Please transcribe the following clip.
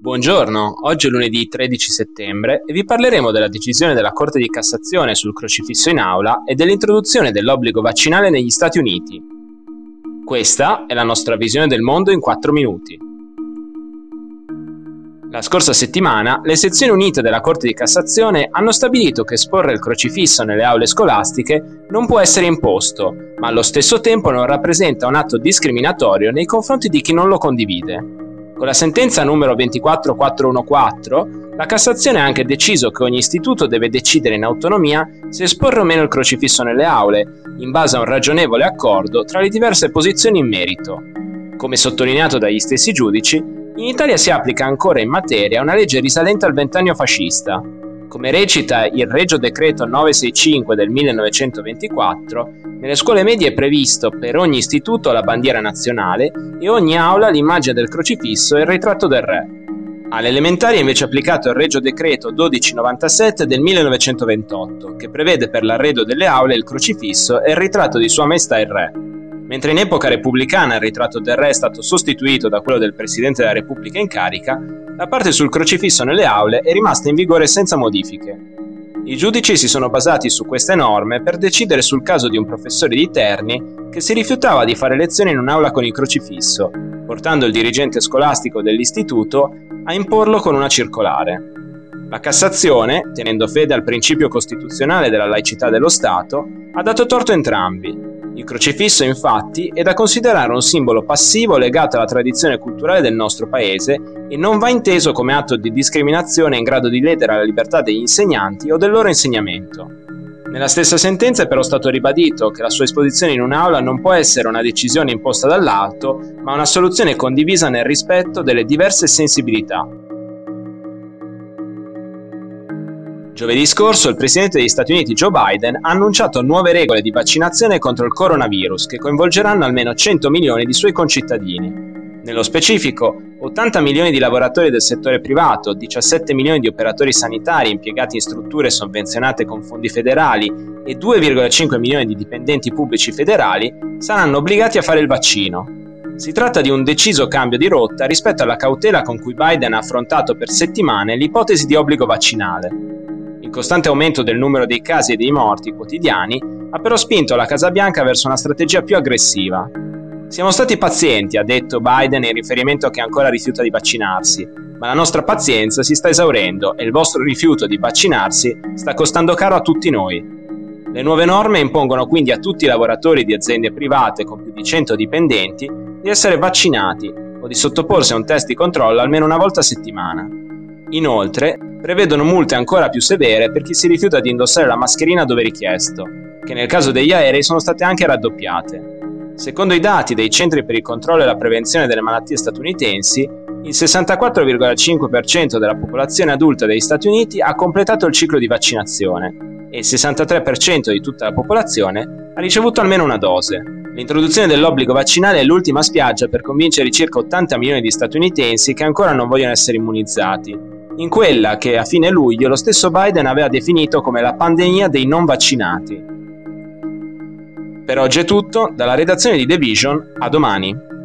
Buongiorno, oggi è lunedì 13 settembre e vi parleremo della decisione della Corte di Cassazione sul crocifisso in aula e dell'introduzione dell'obbligo vaccinale negli Stati Uniti. Questa è la nostra visione del mondo in 4 minuti. La scorsa settimana le sezioni unite della Corte di Cassazione hanno stabilito che esporre il crocifisso nelle aule scolastiche non può essere imposto, ma allo stesso tempo non rappresenta un atto discriminatorio nei confronti di chi non lo condivide. Con la sentenza numero 24414, la Cassazione ha anche deciso che ogni istituto deve decidere in autonomia se esporre o meno il crocifisso nelle aule, in base a un ragionevole accordo tra le diverse posizioni in merito. Come sottolineato dagli stessi giudici, in Italia si applica ancora in materia una legge risalente al ventennio fascista. Come recita il Regio Decreto 965 del 1924, nelle scuole medie è previsto per ogni istituto la bandiera nazionale e ogni aula l'immagine del crocifisso e il ritratto del re. Alle elementari è invece applicato il Regio Decreto 1297 del 1928, che prevede per l'arredo delle aule il crocifisso e il ritratto di Sua Maestà il Re. Mentre in epoca repubblicana il ritratto del re è stato sostituito da quello del Presidente della Repubblica in carica, la parte sul crocifisso nelle aule è rimasta in vigore senza modifiche. I giudici si sono basati su queste norme per decidere sul caso di un professore di Terni che si rifiutava di fare lezioni in un'aula con il crocifisso, portando il dirigente scolastico dell'istituto a imporlo con una circolare. La Cassazione, tenendo fede al principio costituzionale della laicità dello Stato, ha dato torto a entrambi. Il crocifisso, infatti, è da considerare un simbolo passivo legato alla tradizione culturale del nostro paese e non va inteso come atto di discriminazione in grado di ledere la libertà degli insegnanti o del loro insegnamento. Nella stessa sentenza è però stato ribadito che la sua esposizione in un'aula non può essere una decisione imposta dall'alto, ma una soluzione condivisa nel rispetto delle diverse sensibilità. Giovedì scorso il presidente degli Stati Uniti Joe Biden ha annunciato nuove regole di vaccinazione contro il coronavirus che coinvolgeranno almeno 100 milioni di suoi concittadini. Nello specifico, 80 milioni di lavoratori del settore privato, 17 milioni di operatori sanitari impiegati in strutture sovvenzionate con fondi federali e 2,5 milioni di dipendenti pubblici federali saranno obbligati a fare il vaccino. Si tratta di un deciso cambio di rotta rispetto alla cautela con cui Biden ha affrontato per settimane l'ipotesi di obbligo vaccinale. Il costante aumento del numero dei casi e dei morti quotidiani ha però spinto la Casa Bianca verso una strategia più aggressiva. Siamo stati pazienti, ha detto Biden in riferimento a chi ancora rifiuta di vaccinarsi, ma la nostra pazienza si sta esaurendo e il vostro rifiuto di vaccinarsi sta costando caro a tutti noi. Le nuove norme impongono quindi a tutti i lavoratori di aziende private con più di 100 dipendenti di essere vaccinati o di sottoporsi a un test di controllo almeno una volta a settimana. Inoltre, prevedono multe ancora più severe per chi si rifiuta di indossare la mascherina dove richiesto, che nel caso degli aerei sono state anche raddoppiate. Secondo i dati dei Centri per il controllo e la prevenzione delle malattie statunitensi, il 64,5% della popolazione adulta degli Stati Uniti ha completato il ciclo di vaccinazione e il 63% di tutta la popolazione ha ricevuto almeno una dose. L'introduzione dell'obbligo vaccinale è l'ultima spiaggia per convincere i circa 80 milioni di statunitensi che ancora non vogliono essere immunizzati, in quella che a fine luglio lo stesso Biden aveva definito come la pandemia dei non vaccinati. Per oggi è tutto, dalla redazione di The Vision, a domani.